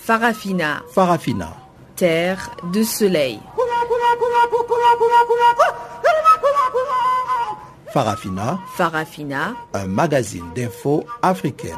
Farafina. Farafina. Terre de soleil. Farafina. Farafina. Un magazine d'infos africaine.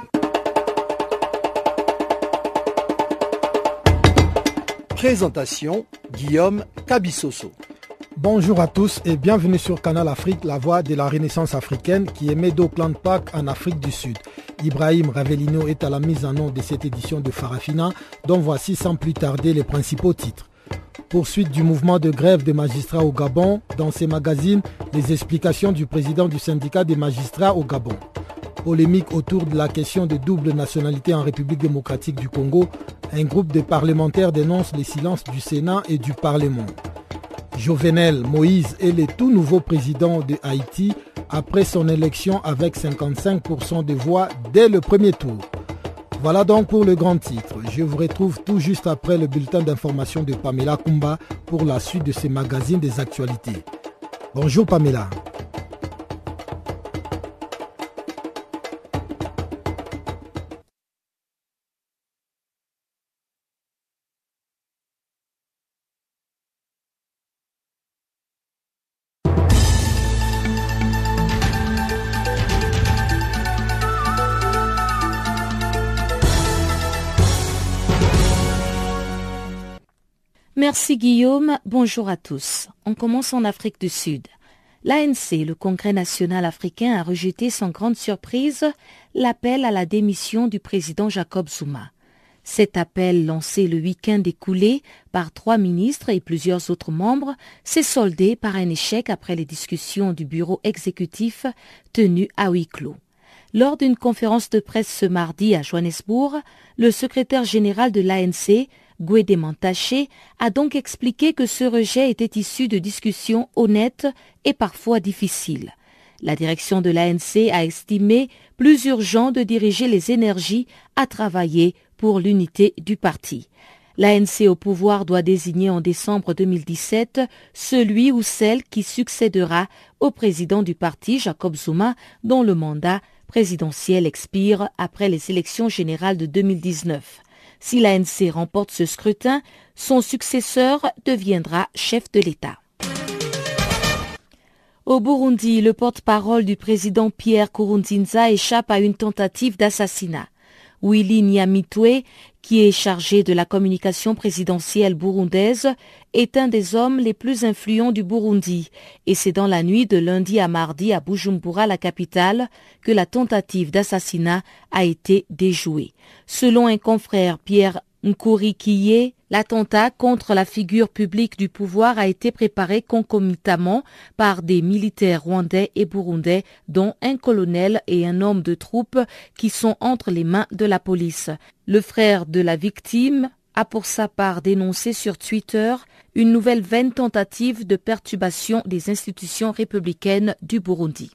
Présentation Guillaume Kabissoso. Bonjour à tous et bienvenue sur Canal Afrique, la voix de la Renaissance africaine qui émet d'Auckland Park en Afrique du Sud. Ibrahim Ravelino est à la mise en onde de cette édition de Farafina, dont voici sans plus tarder les principaux titres. Poursuite du mouvement de grève des magistrats au Gabon. Dans ces magazines, les explications du président du syndicat des magistrats au Gabon. Polémique autour de la question de double nationalité en République démocratique du Congo. Un groupe de parlementaires dénonce les silences du Sénat et du Parlement. Jovenel Moïse est le tout nouveau président de Haïti après son élection avec 55% des voix dès le premier tour. Voilà donc pour le grand titre. Je vous retrouve tout juste après le bulletin d'information de Pamela Kumba pour la suite de ces magazines des actualités. Bonjour Pamela. Merci Guillaume, bonjour à tous. On commence en Afrique du Sud. L'ANC, le Congrès national africain, a rejeté sans grande surprise l'appel à la démission du président Jacob Zuma. Cet appel, lancé le week-end écoulé par 3 ministres et plusieurs autres membres, s'est soldé par un échec après les discussions du bureau exécutif tenues à huis clos. Lors d'une conférence de presse ce mardi à Johannesburg, le secrétaire général de l'ANC, Gwede Mantashe, a donc expliqué que ce rejet était issu de discussions honnêtes et parfois difficiles. La direction de l'ANC a estimé plus urgent de diriger les énergies à travailler pour l'unité du parti. L'ANC au pouvoir doit désigner en décembre 2017 celui ou celle qui succédera au président du parti, Jacob Zuma, dont le mandat présidentiel expire après les élections générales de 2019. Si l'ANC remporte ce scrutin, son successeur deviendra chef de l'État. Au Burundi, le porte-parole du président Pierre Nkurunziza échappe à une tentative d'assassinat. Willy Nyamitwe, qui est chargé de la communication présidentielle burundaise, est un des hommes les plus influents du Burundi. Et c'est dans la nuit de lundi à mardi à Bujumbura, la capitale, que la tentative d'assassinat a été déjouée. Selon un confrère, Pierre Nkurikiye, l'attentat contre la figure publique du pouvoir a été préparé concomitamment par des militaires rwandais et burundais, dont un colonel et un homme de troupe qui sont entre les mains de la police. Le frère de la victime a pour sa part dénoncé sur Twitter une nouvelle vaine tentative de perturbation des institutions républicaines du Burundi.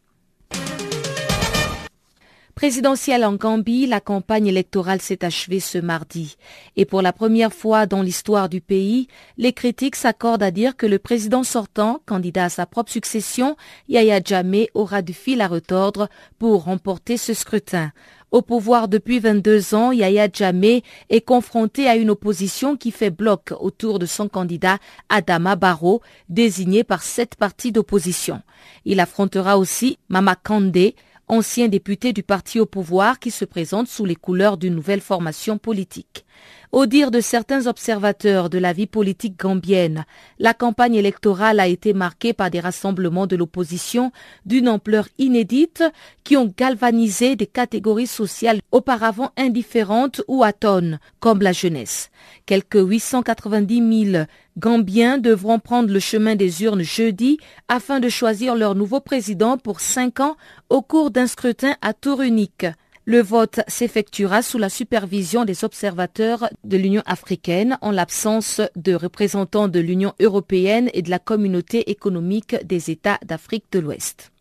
Présidentielle en Gambie, la campagne électorale s'est achevée ce mardi. Et pour la première fois dans l'histoire du pays, les critiques s'accordent à dire que le président sortant, candidat à sa propre succession, Yahya Jammeh, aura du fil à retordre pour remporter ce scrutin. Au pouvoir depuis 22 ans, Yahya Jammeh est confronté à une opposition qui fait bloc autour de son candidat Adama Barrow, désigné par 7 partis d'opposition. Il affrontera aussi Mama Kandeh, ancien député du parti au pouvoir qui se présente sous les couleurs d'une nouvelle formation politique. Au dire de certains observateurs de la vie politique gambienne, la campagne électorale a été marquée par des rassemblements de l'opposition d'une ampleur inédite qui ont galvanisé des catégories sociales auparavant indifférentes ou atones, comme la jeunesse. Quelques 890 000 Gambiens devront prendre le chemin des urnes jeudi afin de choisir leur nouveau président pour 5 ans au cours d'un scrutin à tour unique. Le vote s'effectuera sous la supervision des observateurs de l'Union africaine en l'absence de représentants de l'Union européenne et de la Communauté économique des États d'Afrique de l'Ouest.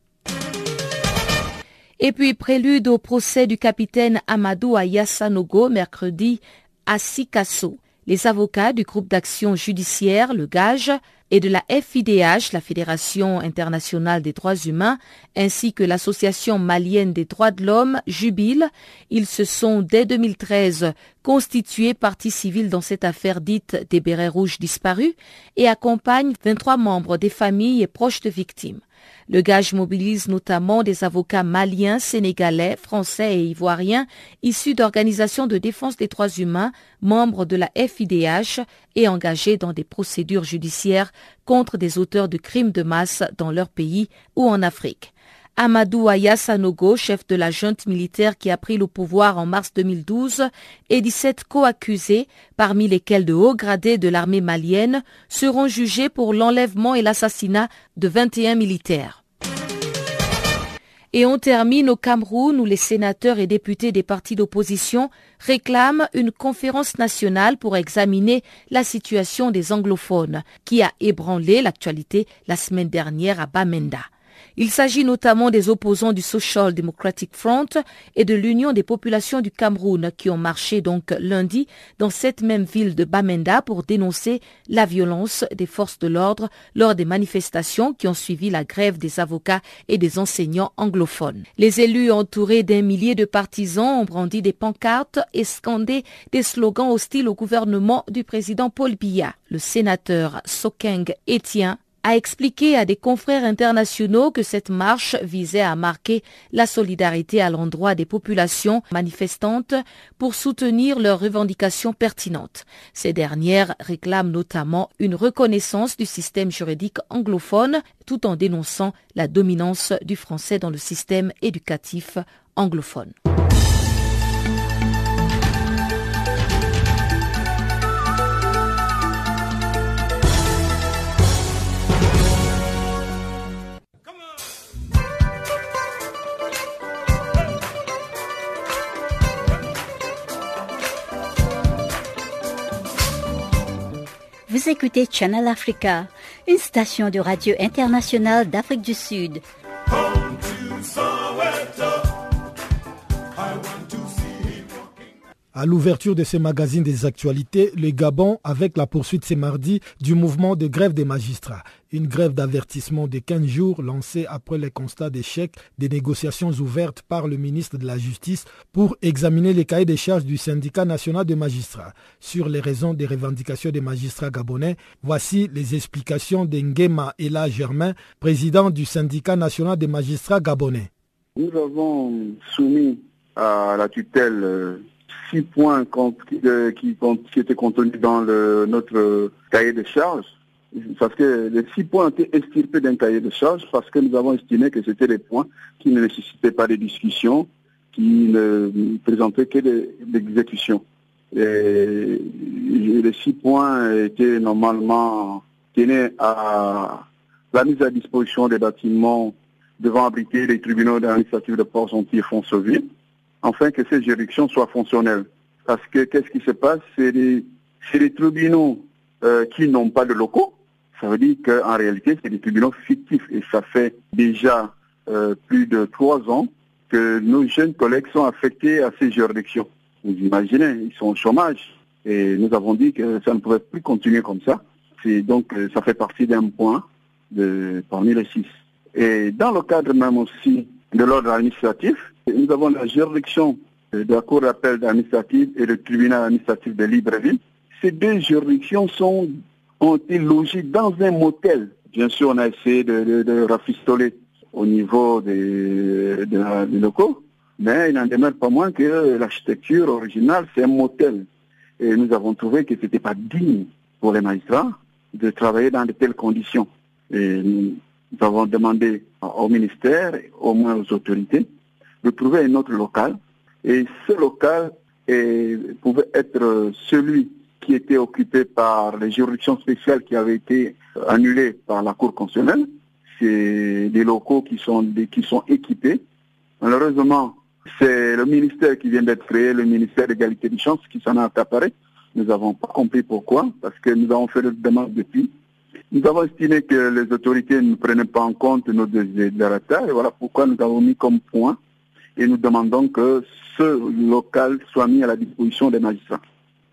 Et puis prélude au procès du capitaine Amadou Aya Sanogo mercredi à Sikasso. Les avocats du groupe d'action judiciaire, le GAGE, et de la FIDH, la Fédération internationale des droits humains, ainsi que l'Association malienne des droits de l'homme, jubilent. Ils se sont dès 2013 constitué partie civile dans cette affaire dite des bérets rouges disparus et accompagne 23 membres des familles et proches de victimes. Le gage mobilise notamment des avocats maliens, sénégalais, français et ivoiriens issus d'organisations de défense des droits humains, membres de la FIDH et engagés dans des procédures judiciaires contre des auteurs de crimes de masse dans leur pays ou en Afrique. Amadou Aya Sanogo, chef de la junte militaire qui a pris le pouvoir en mars 2012, et 17 co-accusés, parmi lesquels de hauts gradés de l'armée malienne, seront jugés pour l'enlèvement et l'assassinat de 21 militaires. Et on termine au Cameroun où les sénateurs et députés des partis d'opposition réclament une conférence nationale pour examiner la situation des anglophones qui a ébranlé l'actualité la semaine dernière à Bamenda. Il s'agit notamment des opposants du Social Democratic Front et de l'Union des populations du Cameroun qui ont marché donc lundi dans cette même ville de Bamenda pour dénoncer la violence des forces de l'ordre lors des manifestations qui ont suivi la grève des avocats et des enseignants anglophones. Les élus entourés d'un millier de partisans ont brandi des pancartes et scandé des slogans hostiles au gouvernement du président Paul Biya. Le sénateur Sokeng Etienne a expliqué à des confrères internationaux que cette marche visait à marquer la solidarité à l'endroit des populations manifestantes pour soutenir leurs revendications pertinentes. Ces dernières réclament notamment une reconnaissance du système juridique anglophone tout en dénonçant la dominance du français dans le système éducatif anglophone. Vous écoutez Channel Africa, une station de radio internationale d'Afrique du Sud. À l'ouverture de ce magazine des actualités, le Gabon avec la poursuite ce mardi du mouvement de grève des magistrats. Une grève d'avertissement de 15 jours lancée après le constat d'échec des négociations ouvertes par le ministre de la Justice pour examiner les cahiers des charges du syndicat national des magistrats. Sur les raisons des revendications des magistrats gabonais, voici les explications d'Ngema Ela Germain, président du syndicat national des magistrats gabonais. Nous avons soumis à la tutelle 6 points qui étaient contenus dans notre cahier de charges, parce que les 6 points ont été extirpés d'un cahier de charges parce que nous avons estimé que c'était des points qui ne nécessitaient pas de discussion, qui ne présentaient que des exécutions. Et les 6 points étaient normalement tenaient à la mise à disposition des bâtiments devant abriter les tribunaux administratifs de Port-Gentil et Fonceville, afin que ces juridictions soient fonctionnelles. Parce que qu'est-ce qui se passe? C'est les tribunaux qui n'ont pas de locaux. Ça veut dire qu'en réalité, c'est des tribunaux fictifs. Et ça fait déjà plus de 3 ans que nos jeunes collègues sont affectés à ces juridictions. Vous imaginez, ils sont au chômage. Et nous avons dit que ça ne pouvait plus continuer comme ça. Donc, ça fait partie d'un point parmi les 6. Et dans le cadre même aussi de l'ordre administratif, nous avons la juridiction de la Cour d'appel administrative et le tribunal administratif de Libreville. Ces 2 juridictions ont été logées dans un motel. Bien sûr, on a essayé de rafistoler au niveau des locaux, mais il n'en demeure pas moins que l'architecture originale, c'est un motel. Et nous avons trouvé que ce n'était pas digne pour les magistrats de travailler dans de telles conditions. Et nous avons demandé au ministère, au moins aux autorités, de trouver un autre local. Et ce local pouvait être celui qui était occupé par les juridictions spéciales qui avaient été annulées par la Cour constitutionnelle. C'est des locaux qui sont équipés. Malheureusement, c'est le ministère qui vient d'être créé, le ministère d'égalité des chances, qui s'en a accaparé. Nous n'avons pas compris pourquoi, parce que nous avons fait une demande depuis. Nous avons estimé que les autorités ne prenaient pas en compte nos désirata, et voilà pourquoi nous avons mis comme point, et nous demandons que ce local soit mis à la disposition des magistrats.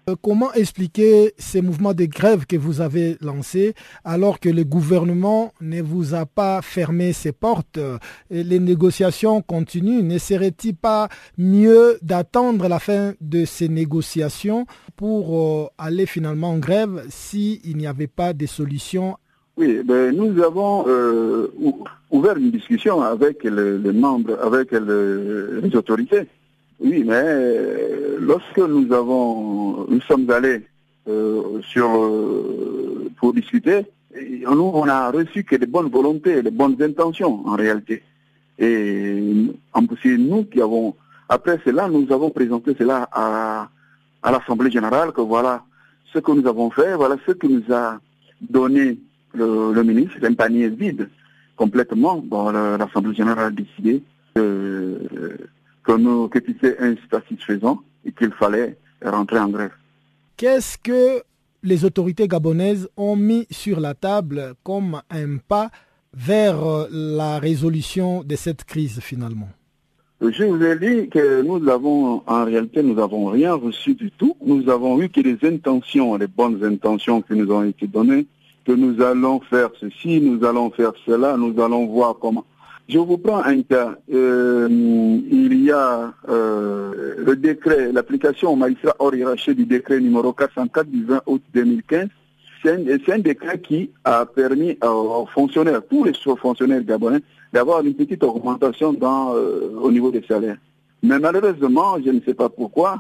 Comment expliquer ces mouvements de grève que vous avez lancés alors que le gouvernement ne vous a pas fermé ses portes et les négociations continuent? Ne serait-il pas mieux d'attendre la fin de ces négociations pour aller finalement en grève s'il n'y avait pas de solution? Oui, nous avons ouvert une discussion avec les membres, avec les autorités. Oui, mais lorsque nous sommes allés pour discuter, nous on a reçu que des bonnes volontés, des bonnes intentions en réalité. Et c'est nous qui avons, après cela, nous avons présenté cela à l'Assemblée générale, que voilà ce que nous avons fait, voilà ce que nous a donné le ministre, un panier vide complètement. Bon, l'Assemblée générale a décidé que c'était insatisfaisant et qu'il fallait rentrer en grève. Qu'est-ce que les autorités gabonaises ont mis sur la table comme un pas vers la résolution de cette crise finalement? Je vous ai dit que en réalité, nous n'avons rien reçu du tout. Nous avons eu que des intentions, les bonnes intentions qui nous ont été données, que nous allons faire ceci, nous allons faire cela, nous allons voir comment. Je vous prends un cas. Il y a le décret, l'application au magistrat hors hiérarchie du décret numéro 404 du 20 août 2015. C'est un décret qui a permis aux fonctionnaires, tous les fonctionnaires gabonais, d'avoir une petite augmentation au niveau des salaires. Mais malheureusement, je ne sais pas pourquoi,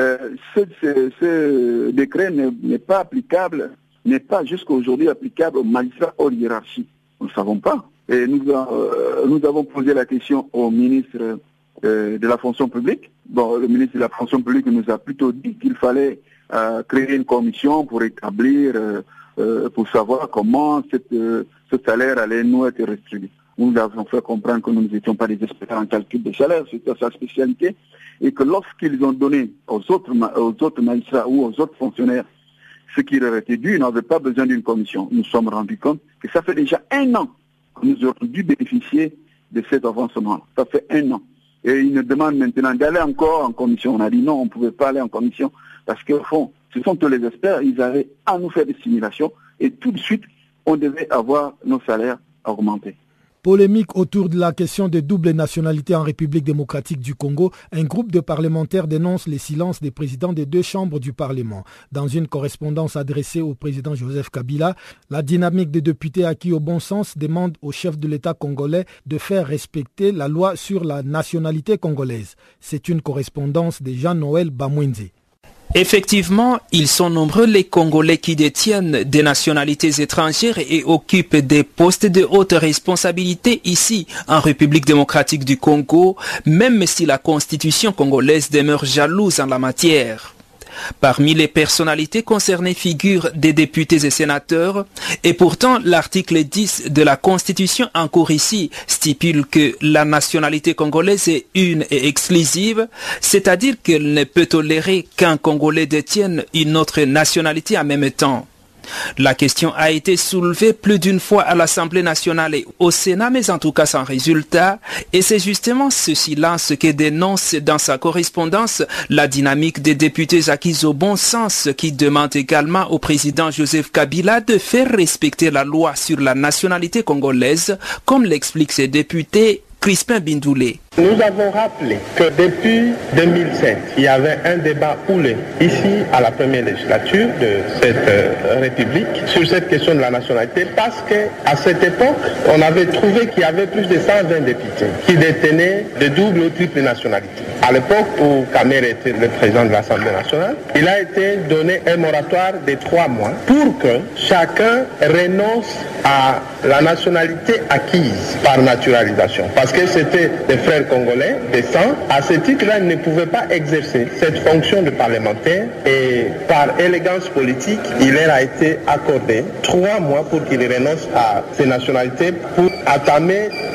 ce décret n'est pas applicable, n'est pas jusqu'à aujourd'hui applicable aux magistrats hors hiérarchie. Nous ne savons pas. Et nous avons posé la question au ministre de la fonction publique. Bon, le ministre de la fonction publique nous a plutôt dit qu'il fallait créer une commission pour établir, pour savoir comment ce salaire allait nous être distribué. Nous avons fait comprendre que nous n'étions pas des experts en calcul de salaire, c'était sa spécialité, et que lorsqu'ils ont donné aux autres magistrats ou aux autres fonctionnaires ce qui leur était dû, ils n'avaient pas besoin d'une commission. Nous nous sommes rendus compte que ça fait déjà 1 an que nous aurions dû bénéficier de cet avancement. Ça fait 1 an. Et ils nous demandent maintenant d'aller encore en commission. On a dit non, on ne pouvait pas aller en commission parce qu'au fond, ce sont tous les experts, ils avaient à nous faire des simulations et tout de suite, on devait avoir nos salaires augmentés. Polémique autour de la question de double nationalité en République démocratique du Congo, un groupe de parlementaires dénonce les silences des présidents des 2 chambres du Parlement. Dans une correspondance adressée au président Joseph Kabila, la dynamique des députés acquis au bon sens demande au chef de l'État congolais de faire respecter la loi sur la nationalité congolaise. C'est une correspondance de Jean-Noël Bamwenze. Effectivement, ils sont nombreux les Congolais qui détiennent des nationalités étrangères et occupent des postes de haute responsabilité ici, en République démocratique du Congo, même si la constitution congolaise demeure jalouse en la matière. Parmi les personnalités concernées figurent des députés et sénateurs, et pourtant l'article 10 de la Constitution en cours ici stipule que la nationalité congolaise est une et exclusive, c'est-à-dire qu'elle ne peut tolérer qu'un Congolais détienne une autre nationalité en même temps. La question a été soulevée plus d'une fois à l'Assemblée nationale et au Sénat, mais en tout cas sans résultat. Et c'est justement ce silence que dénonce dans sa correspondance la dynamique des députés acquis au bon sens qui demande également au président Joseph Kabila de faire respecter la loi sur la nationalité congolaise, comme l'expliquent ces députés. Crispin Bindoulé. Nous avons rappelé que depuis 2007, il y avait un débat houleux ici à la première législature de cette République sur cette question de la nationalité parce qu'à cette époque, on avait trouvé qu'il y avait plus de 120 députés qui détenaient de double ou triple nationalité. À l'époque où Kamer était le président de l'Assemblée nationale, il a été donné un moratoire de 3 mois pour que chacun renonce à la nationalité acquise par naturalisation. Parce que c'était des frères congolais, des sang. À ce titre-là, ils ne pouvaient pas exercer cette fonction de parlementaire et par élégance politique, il leur a été accordé 3 mois pour qu'ils renoncent à ces nationalités pour entamer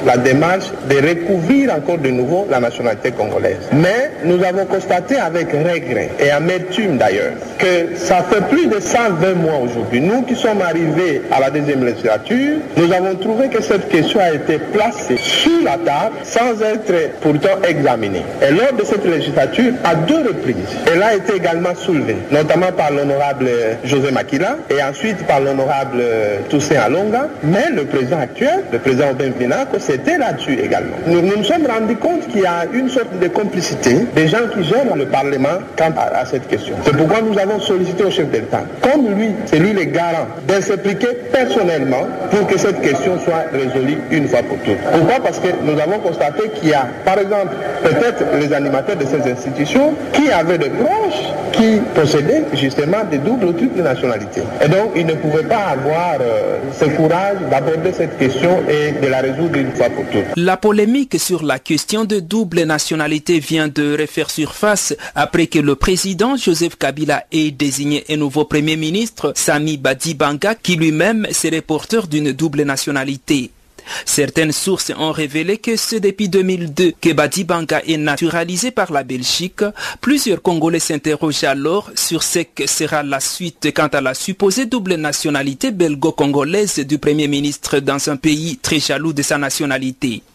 la démarche de recouvrir encore de nouveau la nationalité congolaise. Mais nous avons constaté avec regret et amertume d'ailleurs que ça fait plus de 120 mois aujourd'hui. Nous qui sommes arrivés à la deuxième législature, nous avons trouvé que cette question a été placée sur la table sans être pourtant examinée. Et lors de cette législature, à 2 reprises, elle a été également soulevée, notamment par l'honorable José Makila et ensuite par l'honorable Toussaint Alonga. Mais le président actuel, le président Aubin Vinako, c'était là-dessus également. Nous nous sommes rendus compte qu'il y a une sorte de complicité des gens qui gèrent le Parlement quant à cette question. C'est pourquoi nous avons sollicité au chef de l'État, comme lui, c'est lui le garant, de s'impliquer personnellement pour que cette question soit résolue une fois pour toutes. Pourquoi? Parce que nous avons constaté qu'il y a, par exemple, peut-être les animateurs de ces institutions qui avaient des proches qui possédaient justement des doubles ou triples nationalités. Et donc, ils ne pouvaient pas avoir ce courage d'aborder cette question et de la résoudre une fois pour toutes. La polémique sur la question de double nationalité vient de refaire surface après que le président Joseph Kabila ait désigné un nouveau premier ministre, Sami Badibanga, qui lui-même serait porteur d'une double nationalité. Certaines sources ont révélé que c'est depuis 2002 que Badibanga est naturalisé par la Belgique. Plusieurs Congolais s'interrogent alors sur ce que sera la suite quant à la supposée double nationalité belgo-congolaise du Premier ministre dans un pays très jaloux de sa nationalité.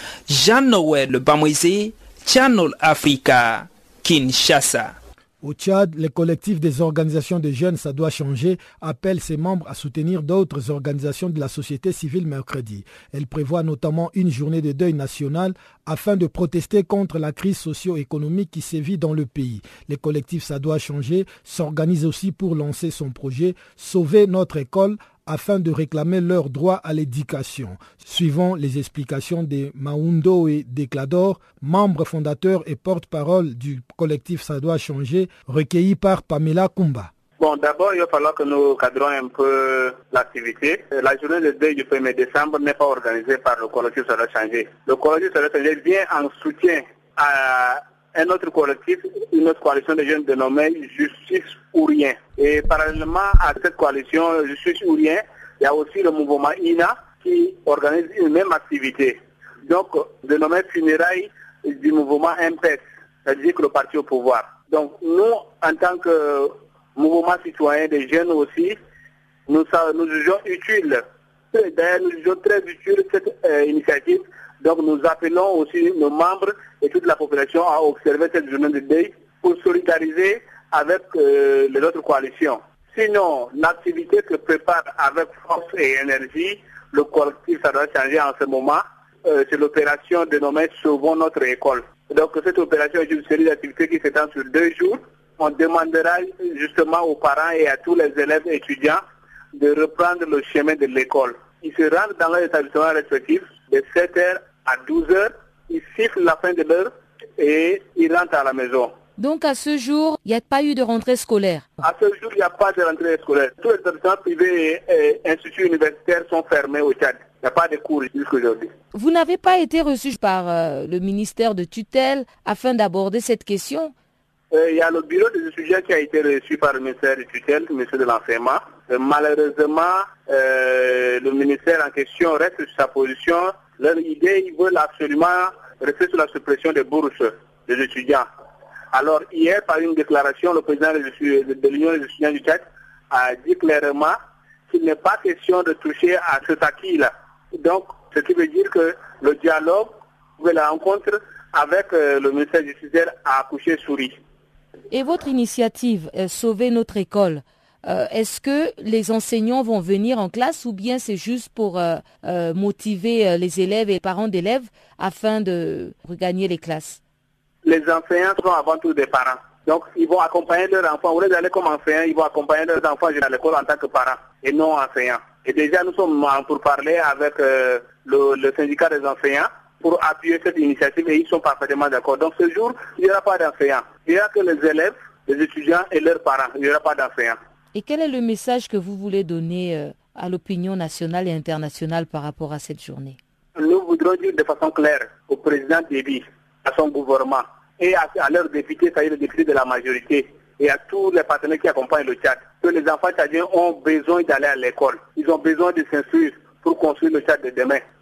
Jean-Noël Bamouizé, Channel Africa, Kinshasa. Au Tchad, le collectif des organisations de jeunes Ça doit changer appelle ses membres à soutenir d'autres organisations de la société civile mercredi. Elle prévoit notamment une journée de deuil national afin de protester contre la crise socio-économique qui sévit dans le pays. Le collectif Ça doit changer s'organise aussi pour lancer son projet « Sauver notre école » afin de réclamer leur droit à l'éducation. Suivant les explications de Maundo et Deklador, membres fondateurs et porte-parole du collectif Ça doit changer, recueillis par Pamela Kumba. Bon, d'abord, il va falloir que nous cadrons un peu l'activité. La journée de deuil du 1er décembre n'est pas organisée par le collectif Ça doit changer. Le collectif Ça doit changer vient en soutien à un autre collectif, une autre coalition de jeunes dénommée Justice ou Rien. Et parallèlement à cette coalition Justice ou Rien, il y a aussi le mouvement INA qui organise une même activité. Donc, dénommé Funérailles du mouvement MPES, c'est-à-dire que le parti au pouvoir. Donc, nous, en tant que mouvement citoyen des jeunes aussi, nous jugeons utile, d'ailleurs nous jugeons très utile cette initiative. Donc nous appelons aussi nos membres et toute la population à observer cette journée de deuil pour solidariser avec les autres coalitions. Sinon, l'activité que prépare avec force et énergie le collectif Ça doit changer en ce moment, c'est l'opération dénommée Sauvons notre école. Donc cette opération est une série d'activités qui s'étend sur 2 jours. On demandera justement aux parents et à tous les élèves et étudiants de reprendre le chemin de l'école. Ils se rendent dans leur établissement respectif de 7h à 12h, ils sifflent la fin de l'heure et ils rentrent à la maison. Donc à ce jour, il n'y a pas eu de rentrée scolaire? À ce jour, il n'y a pas de rentrée scolaire. Tous les établissements privés et instituts universitaires sont fermés au Tchad. Il n'y a pas de cours jusqu'aujourd'hui. Vous n'avez pas été reçu par le ministère de tutelle afin d'aborder cette question? Il y a le bureau des étudiants qui a été reçu par le ministère de tutelle, le ministère de l'enseignement. Malheureusement, le ministère en question reste sur sa position. Leur idée, ils veulent absolument rester sur la suppression des bourses des étudiants. Alors hier, par une déclaration, le président de l'Union des étudiants du Tchad a dit clairement qu'il n'est pas question de toucher à cet acquis-là. Donc, ce qui veut dire que le dialogue, la rencontre avec le ministère du tutelle a accouché souris. Et votre initiative, Sauver notre école, est-ce que les enseignants vont venir en classe ou bien c'est juste pour motiver les élèves et les parents d'élèves afin de regagner les classes? Les enseignants sont avant tout des parents. Donc, ils vont accompagner leurs enfants. Au lieu d'aller comme enseignants, ils vont accompagner leurs enfants à l'école en tant que parents et non enseignants. Et déjà, nous sommes pour parler avec le syndicat des enseignants pour appuyer cette initiative et ils sont parfaitement d'accord. Donc, ce jour, il n'y aura pas d'enseignants. Il n'y aura que les élèves, les étudiants et leurs parents. Il n'y aura pas d'enseignants. Et quel est le message que vous voulez donner à l'opinion nationale et internationale par rapport à cette journée? Nous voudrons dire de façon claire au président Déby, à son gouvernement et à leurs députés, c'est-à-dire les députés de la majorité, et à tous les partenaires qui accompagnent le Tchad, que les enfants tchadiens ont besoin d'aller à l'école. Ils ont besoin de s'instruire pour construire le Tchad de demain.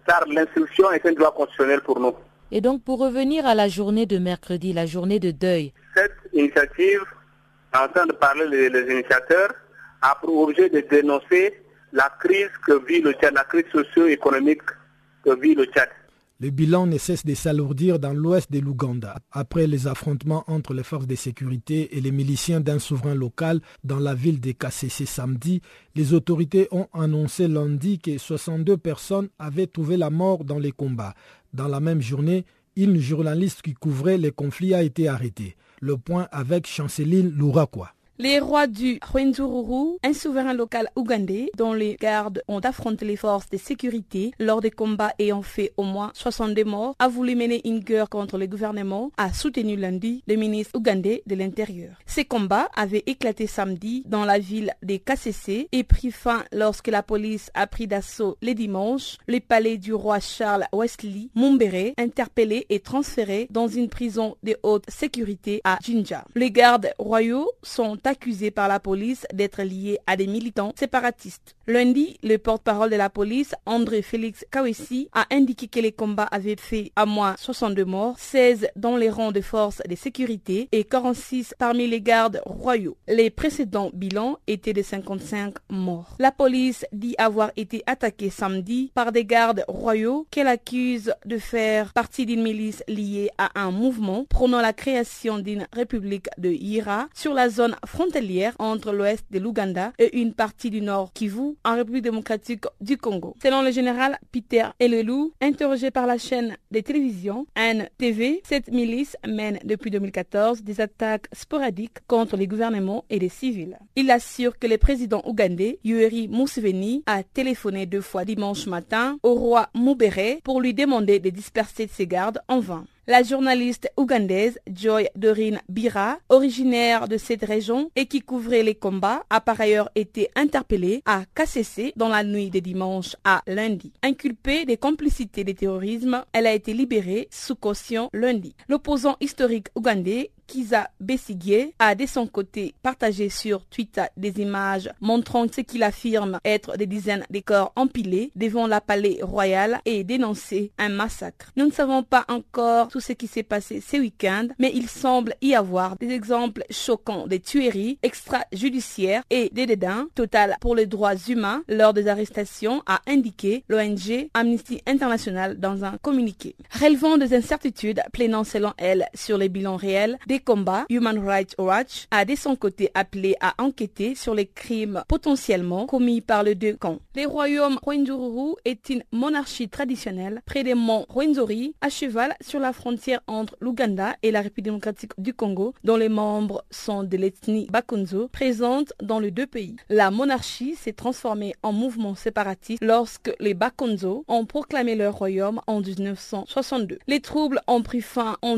car l'instruction est un droit constitutionnel pour nous. Et donc, pour revenir à la journée de mercredi, la journée de deuil. Cette initiative, en train de parler les initiateurs, a pour objet de dénoncer la crise que vit le Tchad, la crise socio-économique que vit le Tchad. Le bilan ne cesse de s'alourdir dans l'ouest de l'Ouganda. Après les affrontements entre les forces de sécurité et les miliciens d'un souverain local dans la ville de Kasese samedi, les autorités ont annoncé lundi que 62 personnes avaient trouvé la mort dans les combats. Dans la même journée, une journaliste qui couvrait les conflits a été arrêtée. Le point avec Chanceline Lourakwa. Les rois du Rwenzururu, un souverain local ougandais dont les gardes ont affronté les forces de sécurité lors des combats ayant fait au moins 62 morts, a voulu mener une guerre contre le gouvernement, a soutenu lundi le ministre ougandais de l'Intérieur. Ces combats avaient éclaté samedi dans la ville de Kasese et pris fin lorsque la police a pris d'assaut le dimanche le palais du roi Charles Wesley Mumbere, interpellé et transféré dans une prison de haute sécurité à Jinja. Les gardes royaux sont accusés par la police d'être liés à des militants séparatistes. Lundi, le porte-parole de la police, André Félix Kawesi, a indiqué que les combats avaient fait à moins 62 morts, 16 dans les rangs de forces de sécurité et 46 parmi les gardes royaux. Les précédents bilans étaient de 55 morts. La police dit avoir été attaquée samedi par des gardes royaux qu'elle accuse de faire partie d'une milice liée à un mouvement prônant la création d'une république de Yira sur la zone frontalière entre l'ouest de l'Ouganda et une partie du nord Kivu en République démocratique du Congo. Selon le général Peter Elelou, interrogé par la chaîne de télévision NTV, cette milice mène depuis 2014 des attaques sporadiques contre les gouvernements et les civils. Il assure que le président ougandais Yoweri Museveni a téléphoné 2 fois dimanche matin au roi Mumbere pour lui demander de disperser ses gardes en vain. La journaliste ougandaise Joy Doreen Bira, originaire de cette région et qui couvrait les combats, a par ailleurs été interpellée à Kasese dans la nuit de dimanche à lundi. Inculpée de complicité de terrorisme, elle a été libérée sous caution lundi. L'opposant historique ougandais Kizza Besigye a de son côté partagé sur Twitter des images montrant ce qu'il affirme être des dizaines de corps empilés devant la palais royal et dénoncé un massacre. Nous ne savons pas encore tout ce qui s'est passé ce week-end, mais il semble y avoir des exemples choquants de tueries extrajudiciaires et de dédain total pour les droits humains lors des arrestations, a indiqué l'ONG Amnesty International dans un communiqué. Relevant des incertitudes planant selon elle sur les bilans réels des combats, Human Rights Watch a de son côté appelé à enquêter sur les crimes potentiellement commis par les deux camps. Le royaume Rwenzururu est une monarchie traditionnelle près des monts Rwenzori, à cheval sur la frontière entre l'Ouganda et la République démocratique du Congo, dont les membres sont de l'ethnie Bakonzo, présente dans les deux pays. La monarchie s'est transformée en mouvement séparatiste lorsque les Bakonzo ont proclamé leur royaume en 1962. Les troubles ont pris fin en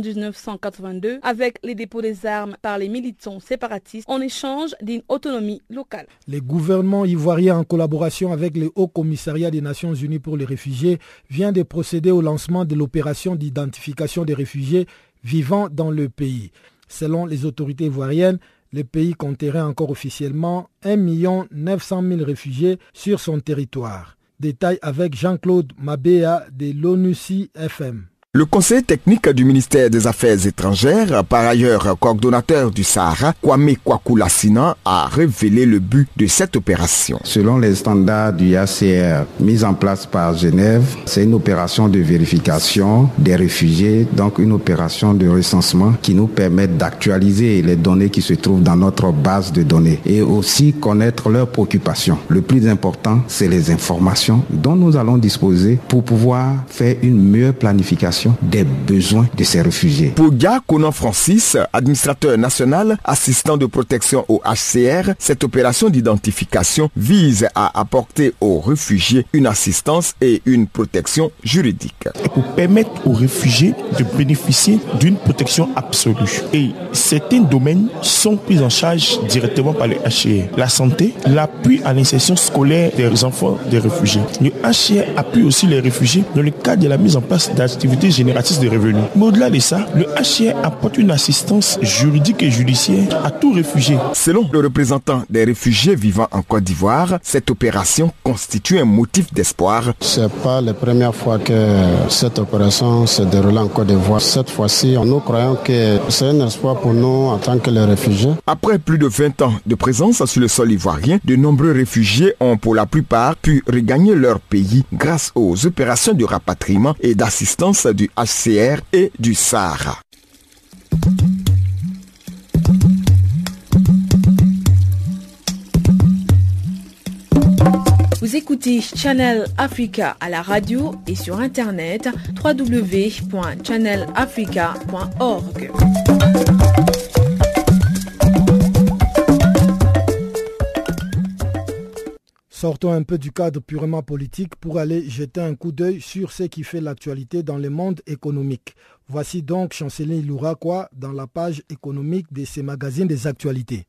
1982 avec les dépôts des armes par les militants séparatistes en échange d'une autonomie locale. Le gouvernement ivoirien, en collaboration avec le Haut Commissariat des Nations Unies pour les réfugiés, vient de procéder au lancement de l'opération d'identification des réfugiés vivant dans le pays. Selon les autorités ivoiriennes, le pays compterait encore officiellement 1 900 000 réfugiés sur son territoire. Détail avec Jean-Claude Mabéa de l'ONU-FM. Le conseiller technique du ministère des Affaires étrangères, par ailleurs coordonnateur du Sahara, Kwame Kwakula-Sinan, a révélé le but de cette opération. Selon les standards du HCR mis en place par Genève, c'est une opération de vérification des réfugiés, donc une opération de recensement qui nous permet d'actualiser les données qui se trouvent dans notre base de données et aussi connaître leurs préoccupations. Le plus important, c'est les informations dont nous allons disposer pour pouvoir faire une meilleure planification des besoins de ces réfugiés. Pour Dia Konan Francis, administrateur national, assistant de protection au HCR, cette opération d'identification vise à apporter aux réfugiés une assistance et une protection juridique. Pour permettre aux réfugiés de bénéficier d'une protection absolue. Et certains domaines sont pris en charge directement par le HCR. La santé, l'appui à l'insertion scolaire des enfants des réfugiés. Le HCR appuie aussi les réfugiés dans le cadre de la mise en place d'activités activités génératrices de revenus. Mais au-delà de ça, le HCR apporte une assistance juridique et judiciaire à tout réfugié. Selon le représentant des réfugiés vivant en Côte d'Ivoire, cette opération constitue un motif d'espoir. C'est pas la première fois que cette opération se déroule en Côte d'Ivoire. Cette fois-ci, nous croyons que c'est un espoir pour nous en tant que les réfugiés. Après plus de 20 ans de présence sur le sol ivoirien, de nombreux réfugiés ont pour la plupart pu regagner leur pays grâce aux opérations de rapatriement et d'assistance du HCR et du Sahara. Vous écoutez Channel Africa à la radio et sur internet www.channelafrica.org. Sortons un peu du cadre purement politique pour aller jeter un coup d'œil sur ce qui fait l'actualité dans le monde économique. Voici donc Chanceline Louraquois dans la page économique de ces magazines des actualités.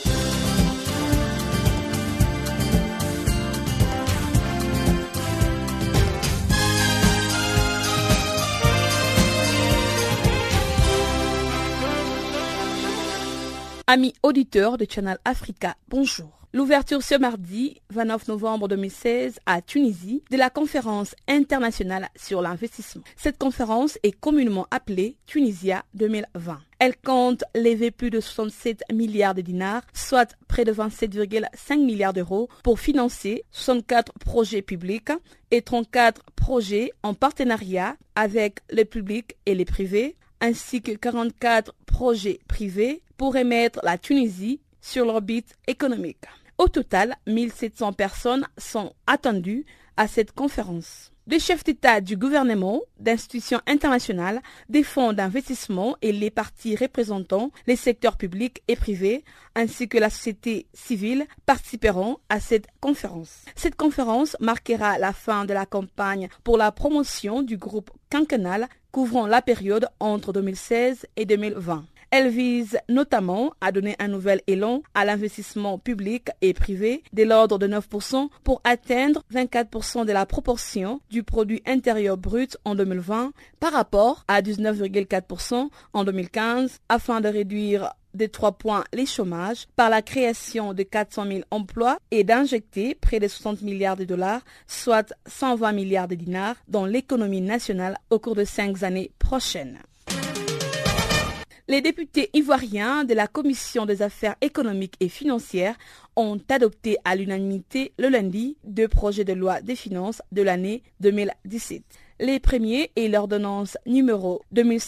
Amis auditeurs de Channel Africa, bonjour. L'ouverture ce mardi 29 novembre 2016 à Tunisie de la conférence internationale sur l'investissement. Cette conférence est communément appelée Tunisia 2020. Elle compte lever plus de 67 milliards de dinars, soit près de 27,5 milliards d'euros pour financer 64 projets publics et 34 projets en partenariat avec le public et les privés, ainsi que 44 projets privés pour remettre la Tunisie sur l'orbite économique. Au total, 1700 personnes sont attendues à cette conférence. Des chefs d'État du gouvernement, d'institutions internationales, des fonds d'investissement et les partis représentant les secteurs publics et privés, ainsi que la société civile, participeront à cette conférence. Cette conférence marquera la fin de la campagne pour la promotion du groupe quinquennal couvrant la période entre 2016 et 2020. Elle vise notamment à donner un nouvel élan à l'investissement public et privé de l'ordre de 9% pour atteindre 24% de la proportion du produit intérieur brut en 2020 par rapport à 19,4% en 2015 afin de réduire de 3 points les chômages par la création de 400 000 emplois et d'injecter près de 60 milliards de dollars, soit 120 milliards de dinars dans l'économie nationale au cours de 5 années prochaines. Les députés ivoiriens de la Commission des affaires économiques et financières ont adopté à l'unanimité le lundi 2 projets de loi des finances de l'année 2017. Les premiers est l'ordonnance numéro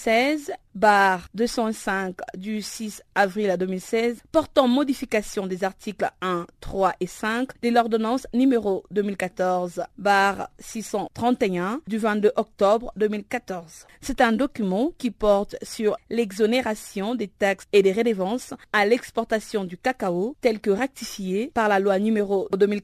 2016/205 du 6 avril 2016 portant modification des articles 1, 3 et 5 de l'ordonnance numéro 2014/631 du 22 octobre 2014. C'est un document qui porte sur l'exonération des taxes et des redevances à l'exportation du cacao tel que rectifié par la loi numéro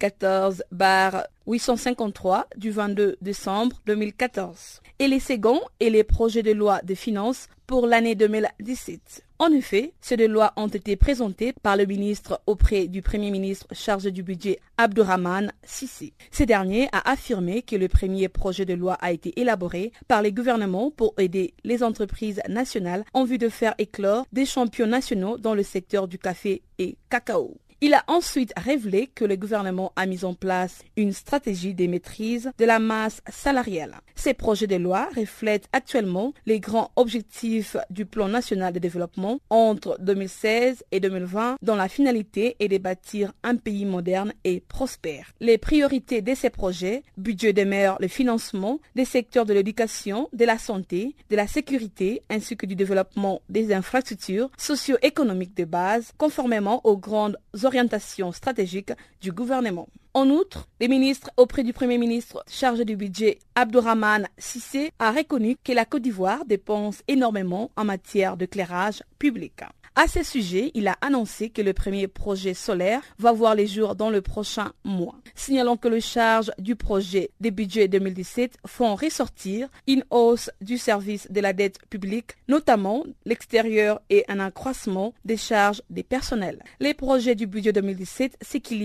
2014/853 du 22 décembre 2014. Et les seconds et les projets de loi de finances pour l'année 2017. En effet, ces deux lois ont été présentées par le ministre auprès du Premier ministre chargé du budget Abdourahmane Cissé. Ce dernier a affirmé que le premier projet de loi a été élaboré par les gouvernements pour aider les entreprises nationales en vue de faire éclore des champions nationaux dans le secteur du café et cacao. Il a ensuite révélé que le gouvernement a mis en place une stratégie de maîtrise de la masse salariale. Ces projets de loi reflètent actuellement les grands objectifs du plan national de développement entre 2016 et 2020 dont la finalité est de bâtir un pays moderne et prospère. Les priorités de ces projets, budget demeure le financement des secteurs de l'éducation, de la santé, de la sécurité ainsi que du développement des infrastructures socio-économiques de base conformément aux grandes orientations stratégiques du gouvernement. En outre, le ministre auprès du Premier ministre chargé du budget Abdourahmane Cissé a reconnu que la Côte d'Ivoire dépense énormément en matière d'éclairage public. À ce sujet, il a annoncé que le premier projet solaire va voir les jours dans le prochain mois. Signalons que les charges du projet de budget 2017 font ressortir une hausse du service de la dette publique, notamment l'extérieur et un accroissement des charges des personnels. Les projets du budget 2017 s'équilibrent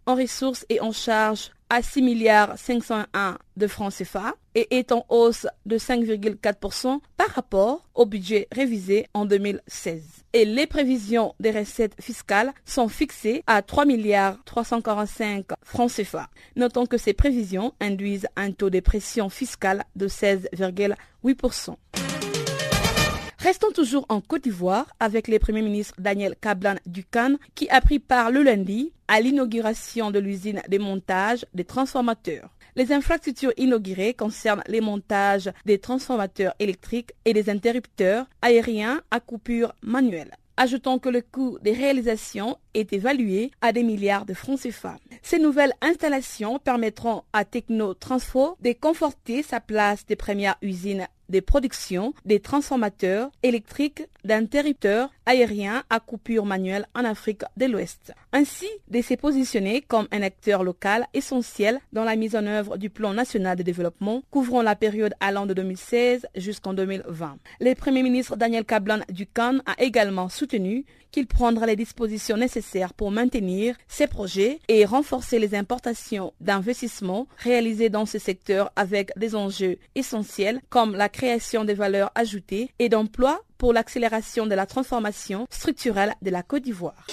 en ressources et en charges à 6 milliards 501 de francs CFA et est en hausse de 5,4% par rapport au budget révisé en 2016. Et les prévisions des recettes fiscales sont fixées à 3 milliards 345 francs CFA. Notons que ces prévisions induisent un taux de pression fiscale de 16,8%. Restons toujours en Côte d'Ivoire avec le Premier ministre Daniel Kablan-Dukan qui a pris part le lundi à l'inauguration de l'usine de montage des transformateurs. Les infrastructures inaugurées concernent les montages des transformateurs électriques et des interrupteurs aériens à coupure manuelle. Ajoutons que le coût des réalisations est évalué à des milliards de francs CFA. Ces nouvelles installations permettront à Techno Transfo de conforter sa place de première usine de production des transformateurs électriques d'interrupteurs aériens à coupure manuelle en Afrique de l'Ouest. Ainsi, de se positionner comme un acteur local essentiel dans la mise en œuvre du plan national de développement couvrant la période allant de 2016 jusqu'en 2020. Le Premier ministre Daniel Kablan-Dukan a également soutenu qu'il prendra les dispositions nécessaires pour maintenir ces projets et renforcer les importations d'investissements réalisés dans ce secteur avec des enjeux essentiels comme la création de valeurs ajoutées et d'emplois pour l'accélération de la transformation structurelle de la Côte d'Ivoire.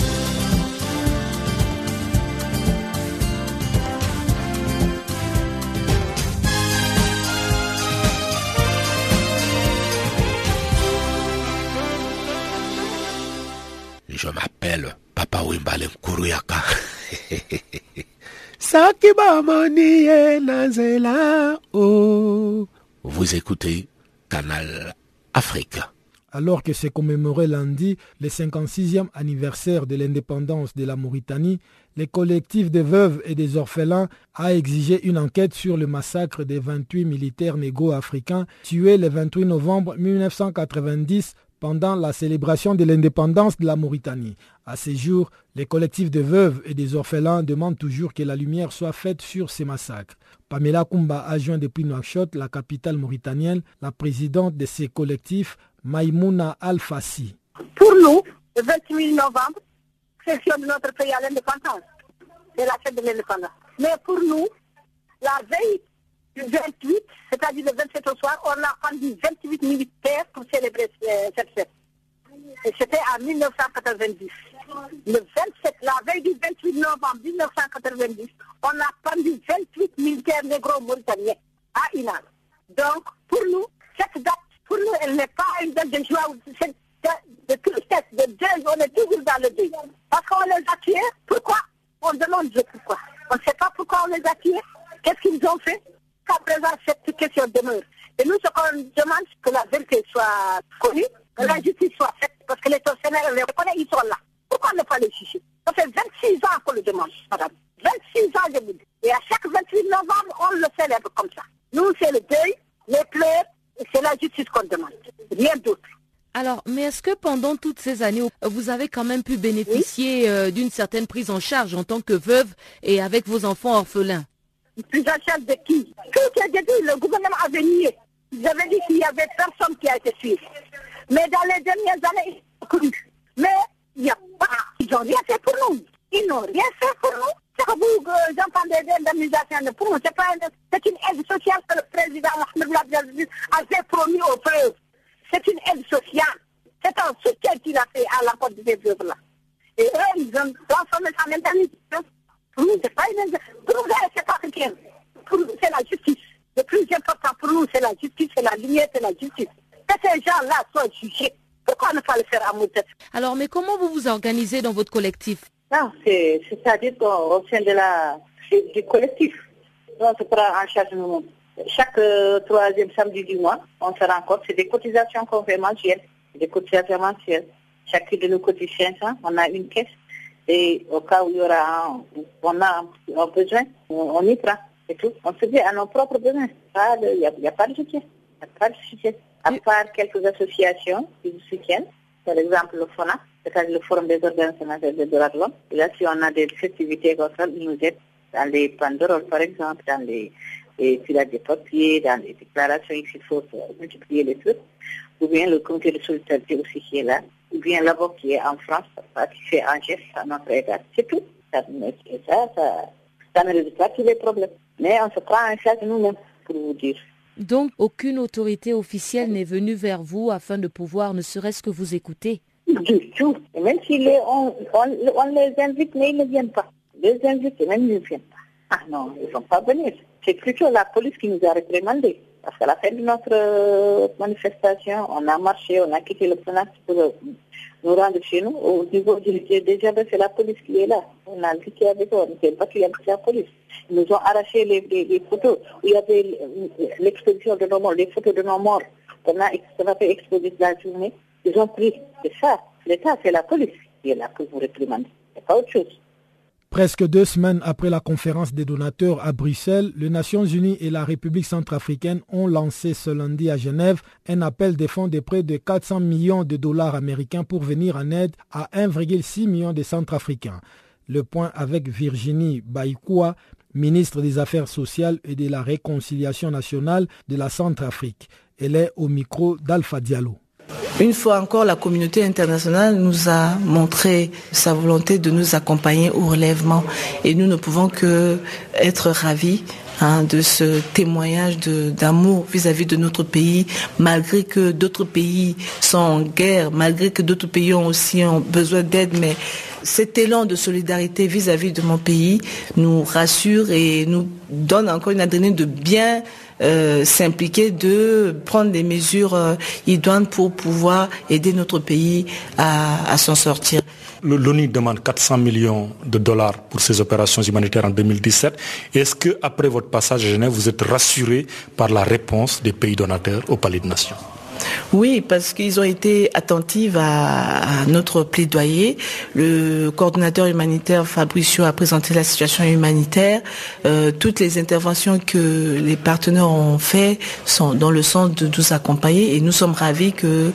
Je m'appelle Papa Wimbale Nkuruyaka. Vous écoutez Canal Afrique. Alors que s'est commémoré lundi le 56e anniversaire de l'indépendance de la Mauritanie, le collectif des veuves et des orphelins a exigé une enquête sur le massacre des 28 militaires négro-africains tués le 28 novembre 1990 pendant la célébration de l'indépendance de la Mauritanie. À ce jour, les collectifs de veuves et des orphelins demandent toujours que la lumière soit faite sur ces massacres. Pamela Kumba a joint depuis Nouakchott, la capitale mauritanienne, la présidente de ces collectifs, Maïmouna Al-Fassi. Pour nous, le 28 novembre, c'est de notre pays à l'indépendance. C'est la fête de l'indépendance. Mais pour nous, la veille du 28, c'est-à-dire le 27 au soir, on a rendu 28 militaires pour célébrer cette fête. Et c'était en 1990. Le 27, la veille du 28 novembre 1990, on a pendu 28 militaires négro-mauritaniens à Inal. Donc, pour nous, cette date, pour nous, elle n'est pas une date de joie, de tristesse, de deuil, on est toujours dans le deuil. Parce qu'on les a tués, pourquoi? On demande pourquoi. On ne sait pas pourquoi on les a tués. Qu'est-ce qu'ils ont fait? Qu'à présent, cette question demeure. Et nous, ce qu'on demande, c'est que la vérité soit connue, que la justice soit faite, parce que les tortionnaires, on les reconnaît, ils sont là. Pourquoi ne pas les juger? Ça fait 26 ans qu'on le demande, madame. 26 ans, je vous dis. Et à chaque 28 novembre, on le célèbre comme ça. Nous, c'est le deuil, les pleurs, et c'est la justice qu'on demande. Rien d'autre. Alors, mais est-ce que pendant toutes ces années, vous avez quand même pu bénéficier d'une certaine prise en charge en tant que veuve et avec vos enfants orphelins? Prise en charge de qui? Tout est dit, le gouvernement a nié. Ils avaient dit qu'il n'y avait personne qui a été suivi. Mais dans les dernières années, ils ont cru. Mais il n'y a pas. Ils n'ont rien fait pour nous. Ils n'ont rien fait pour nous. C'est que vous entendez d'indemnisation pour nous. C'est une aide sociale que le président Mohamed Abdelaziz avait promis aux veuves. C'est une aide sociale. C'est un soutien qu'il a fait à la porte des veuves-là. Et eux, ils ont transformé ça en indemnisation. Pour nous, c'est pas une indemnisation. Pour nous, c'est pas rien. Pour nous, c'est la justice. Le plus important pour nous, c'est la justice, c'est la lumière, c'est la justice. Que ces gens-là soient jugés. Pourquoi ne pas le faire à Moutet? Alors, mais comment vous vous organisez dans votre collectif? Non, c'est-à-dire qu'au sein du collectif, on se prend en charge nous-mêmes. Chaque troisième samedi du mois, on se rencontre. C'est des cotisations qu'on fait mensuelles. Des cotisations mensuelles. Chacun de nos cotisent 500, on a une caisse. Et au cas où on a un besoin, on y prend. C'est tout. On se dit à nos propres besoins. Il n'y a pas de soutien. Il n'y a pas de soutien. À part quelques associations qui nous soutiennent. Par exemple, le FONA, c'est-à-dire le Forum des organisations des droits de l'homme. Et là, si on a des festivités comme ça, ils nous aident dans les banderoles, par exemple, dans les filages de papier, dans les déclarations, il faut multiplier les trucs. Ou bien le comité de solidarité aussi qui est là. Ou bien l'avocat qui est en France, qui fait un geste à notre égard. C'est tout. Ça ne résout pas tous les problèmes. Mais on se prend en charge nous-mêmes, pour vous dire. Donc, aucune autorité officielle n'est venue vers vous afin de pouvoir ne serait-ce que vous écouter? Du tout. Et même si on les invite, mais ils ne viennent pas. Les invite, et même ils ne viennent pas. Ah non, ils ne vont pas venir. C'est plutôt la police qui nous a réprimandés. Parce qu'à la fin de notre manifestation, on a marché, on a quitté le Sénat pour nous rendre chez nous. Au niveau des jardins, c'est la police qui est là. On a discuté avec eux, on ne sait pas qu'il y a la police. Ils nous ont arraché les photos où il y avait l'exposition de nos morts, les photos de nos morts qu'on a fait exposer de la journée. Ils ont pris. C'est ça. L'État, c'est la police qui est là pour vous réprimander. C'est pas autre chose. Presque 2 semaines après la conférence des donateurs à Bruxelles, les Nations Unies et la République centrafricaine ont lancé ce lundi à Genève un appel des fonds de près de 400 millions de dollars américains pour venir en aide à 1,6 million de Centrafricains. Le point avec Virginie Baïkoua, ministre des Affaires sociales et de la Réconciliation nationale de la Centrafrique. Elle est au micro d'Alpha Diallo. Une fois encore, la communauté internationale nous a montré sa volonté de nous accompagner au relèvement. Et nous ne pouvons que être ravis de ce témoignage d'amour vis-à-vis de notre pays, malgré que d'autres pays sont en guerre, malgré que d'autres pays ont aussi besoin d'aide, mais cet élan de solidarité vis-à-vis de mon pays nous rassure et nous donne encore une adrénaline de bien s'impliquer, de prendre des mesures idoines pour pouvoir aider notre pays à s'en sortir. L'ONU demande 400 millions de dollars pour ces opérations humanitaires en 2017. Est-ce qu'après votre passage à Genève, vous êtes rassuré par la réponse des pays donateurs au Palais des Nations ? Oui, parce qu'ils ont été attentifs à notre plaidoyer. Le coordonnateur humanitaire Fabricio a présenté la situation humanitaire. Toutes les interventions que les partenaires ont fait sont dans le sens de nous accompagner et nous sommes ravis que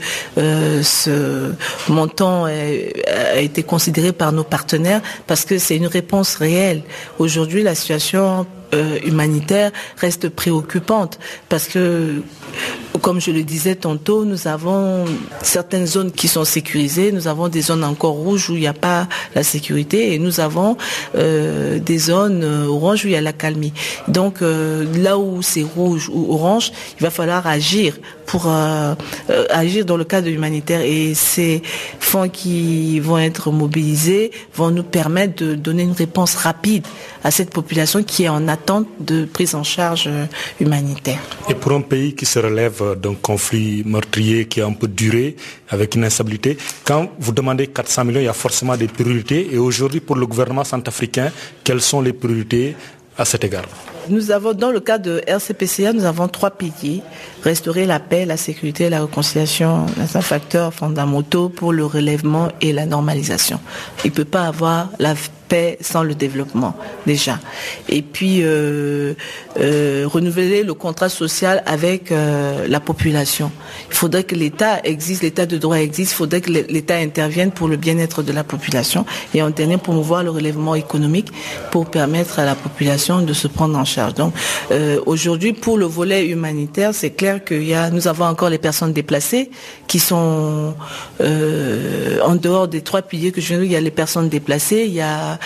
ce montant a été considéré par nos partenaires parce que c'est une réponse réelle. Aujourd'hui, la situation humanitaire reste préoccupante parce que, comme je le disais tantôt, nous avons certaines zones qui sont sécurisées, nous avons des zones encore rouges où il n'y a pas la sécurité et nous avons des zones oranges où il y a l'accalmie. Donc là où c'est rouge ou orange, il va falloir agir pour agir dans le cadre humanitaire et ces fonds qui vont être mobilisés vont nous permettre de donner une réponse rapide à cette population qui est en attente de prise en charge humanitaire. Et pour un pays qui se relève d'un conflit meurtrier qui a un peu duré, avec une instabilité, quand vous demandez 400 millions, il y a forcément des priorités. Et aujourd'hui, pour le gouvernement centrafricain, quelles sont les priorités à cet égard ? Nous avons, dans le cas de RCPCA, nous avons 3 piliers. Restaurer la paix, la sécurité et la réconciliation. C'est un facteur fondamental pour le relèvement et la normalisation. Il ne peut pas avoir la paix sans le développement, déjà. Et puis, renouveler le contrat social avec la population. Il faudrait que l'État existe, l'État de droit existe, il faudrait que l'État intervienne pour le bien-être de la population et en dernier promouvoir le relèvement économique pour permettre à la population de se prendre en charge. Donc, aujourd'hui, pour le volet humanitaire, c'est clair que nous avons encore les personnes déplacées qui sont en dehors des 3 piliers que je viens de dire. Il y a les personnes déplacées, il y a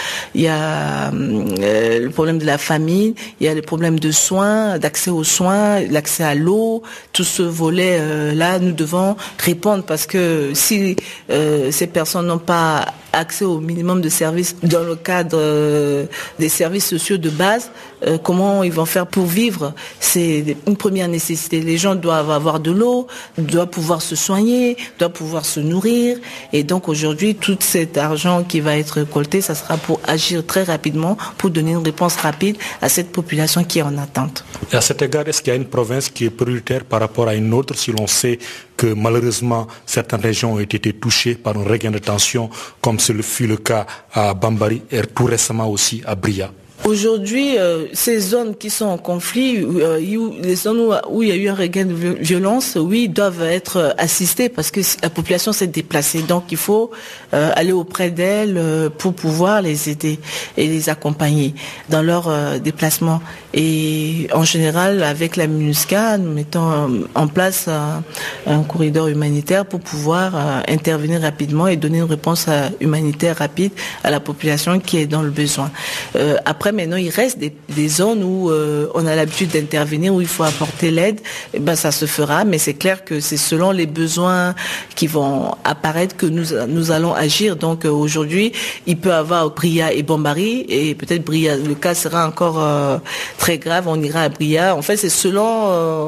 le problème de la famine, il y a le problème de soins, d'accès aux soins, l'accès à l'eau. Tout ce volet-là, nous devons répondre parce que si ces personnes n'ont pas accès au minimum de services dans le cadre des services sociaux de base, comment ils vont faire pour vivre? C'est une première nécessité. Les gens doivent avoir de l'eau, doivent pouvoir se soigner, doivent pouvoir se nourrir. Et donc aujourd'hui, tout cet argent qui va être récolté, ça sera pour agir très rapidement, pour donner une réponse rapide à cette population qui est en attente. Et à cet égard, est-ce qu'il y a une province qui est prioritaire par rapport à une autre si l'on sait que malheureusement certaines régions ont été touchées par un regain de tension comme ce fut le cas à Bambari et tout récemment aussi à Bria? Aujourd'hui, ces zones qui sont en conflit, les zones où il y a eu un regain de violence, oui, doivent être assistées parce que la population s'est déplacée. Donc, il faut aller auprès d'elles pour pouvoir les aider et les accompagner dans leur déplacement. Et en général, avec la MINUSCA, nous mettons en place un corridor humanitaire pour pouvoir intervenir rapidement et donner une réponse humanitaire rapide à la population qui est dans le besoin. Après, maintenant, il reste des zones où on a l'habitude d'intervenir, où il faut apporter l'aide. Et ben, ça se fera, mais c'est clair que c'est selon les besoins qui vont apparaître que nous allons agir. Donc aujourd'hui, il peut y avoir Bria et Bambari, et peut-être Bria, le cas sera encore très grave, on ira à Bria. En fait, c'est selon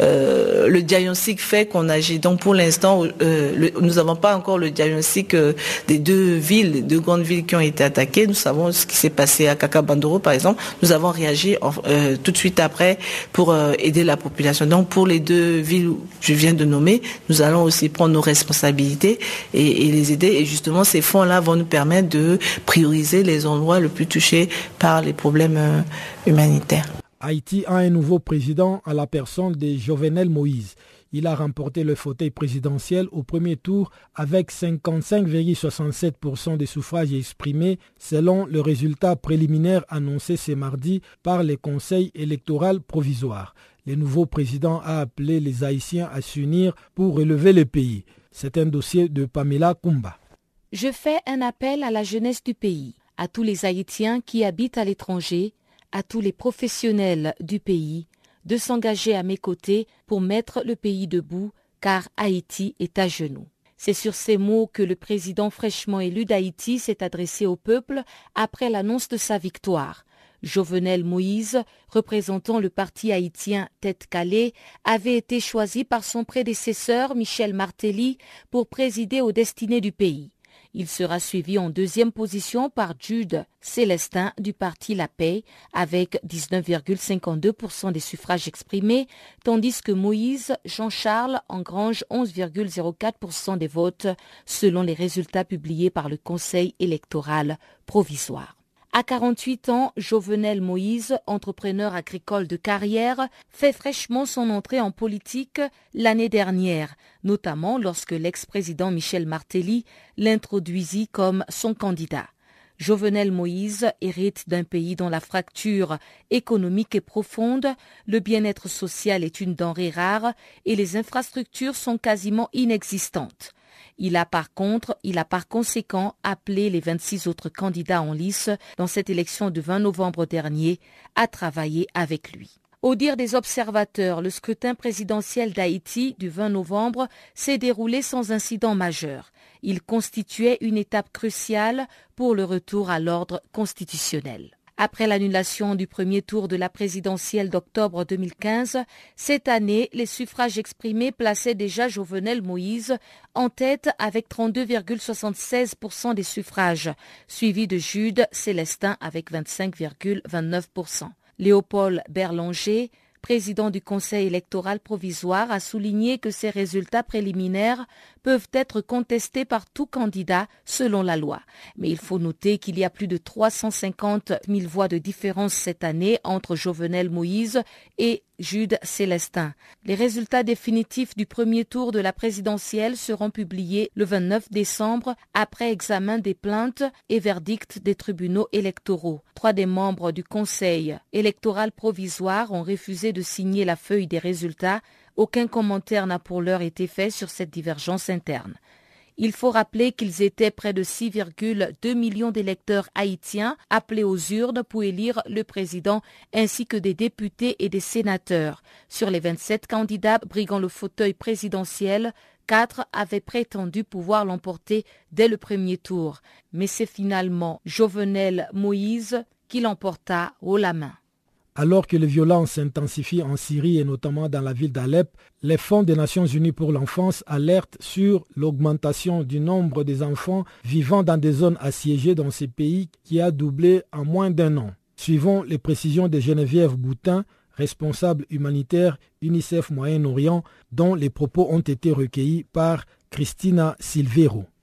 le diagnostic fait qu'on agit. Donc pour l'instant, nous n'avons pas encore le diagnostic des deux grandes villes qui ont été attaquées. Nous savons ce qui s'est passé à Kaka-Bandoro, par exemple. Nous avons réagi tout de suite après pour aider la population. Donc pour les deux villes que je viens de nommer, nous allons aussi prendre nos responsabilités et les aider. Et justement, ces fonds-là vont nous permettre de prioriser les endroits les plus touchés par les problèmes humanitaires. Haïti a un nouveau président à la personne de Jovenel Moïse. Il a remporté le fauteuil présidentiel au premier tour avec 55,67% des suffrages exprimés selon le résultat préliminaire annoncé ce mardi par le Conseil électoral provisoire. Le nouveau président a appelé les Haïtiens à s'unir pour relever le pays. C'est un dossier de Pamela Kumba. Je fais un appel à la jeunesse du pays, à tous les Haïtiens qui habitent à l'étranger, à tous les professionnels du pays, de s'engager à mes côtés pour mettre le pays debout, car Haïti est à genoux. C'est sur ces mots que le président fraîchement élu d'Haïti s'est adressé au peuple après l'annonce de sa victoire. Jovenel Moïse, représentant le parti haïtien Tête Calée, avait été choisi par son prédécesseur Michel Martelly pour présider aux destinées du pays. Il sera suivi en deuxième position par Jude Célestin du parti La Paix avec 19,52% des suffrages exprimés, tandis que Moïse Jean-Charles engrange 11,04% des votes selon les résultats publiés par le Conseil électoral provisoire. À 48 ans, Jovenel Moïse, entrepreneur agricole de carrière, fait fraîchement son entrée en politique l'année dernière, notamment lorsque l'ex-président Michel Martelly l'introduisit comme son candidat. Jovenel Moïse hérite d'un pays dont la fracture économique est profonde, le bien-être social est une denrée rare et les infrastructures sont quasiment inexistantes. Il a par conséquent appelé les 26 autres candidats en lice dans cette élection du 20 novembre dernier à travailler avec lui. Au dire des observateurs, le scrutin présidentiel d'Haïti du 20 novembre s'est déroulé sans incident majeur. Il constituait une étape cruciale pour le retour à l'ordre constitutionnel. Après l'annulation du premier tour de la présidentielle d'octobre 2015, cette année, les suffrages exprimés plaçaient déjà Jovenel Moïse en tête avec 32,76% des suffrages, suivi de Jude Célestin avec 25,29%. Léopold Berlanger, président du Conseil électoral provisoire, a souligné que ces résultats préliminaires peuvent être contestés par tout candidat selon la loi. Mais il faut noter qu'il y a plus de 350 000 voix de différence cette année entre Jovenel Moïse et Jude Célestin. Les résultats définitifs du premier tour de la présidentielle seront publiés le 29 décembre après examen des plaintes et verdict des tribunaux électoraux. 3 des membres du Conseil électoral provisoire ont refusé de signer la feuille des résultats. Aucun commentaire n'a pour l'heure été fait sur cette divergence interne. Il faut rappeler qu'ils étaient près de 6,2 millions d'électeurs haïtiens appelés aux urnes pour élire le président ainsi que des députés et des sénateurs. Sur les 27 candidats briguant le fauteuil présidentiel, 4 avaient prétendu pouvoir l'emporter dès le premier tour. Mais c'est finalement Jovenel Moïse qui l'emporta haut la main. Alors que les violences s'intensifient en Syrie et notamment dans la ville d'Alep, les fonds des Nations Unies pour l'enfance alertent sur l'augmentation du nombre des enfants vivant dans des zones assiégées dans ces pays qui a doublé en moins d'un an. Suivant les précisions de Geneviève Boutin, responsable humanitaire UNICEF Moyen-Orient, dont les propos ont été recueillis par Christina Silvero.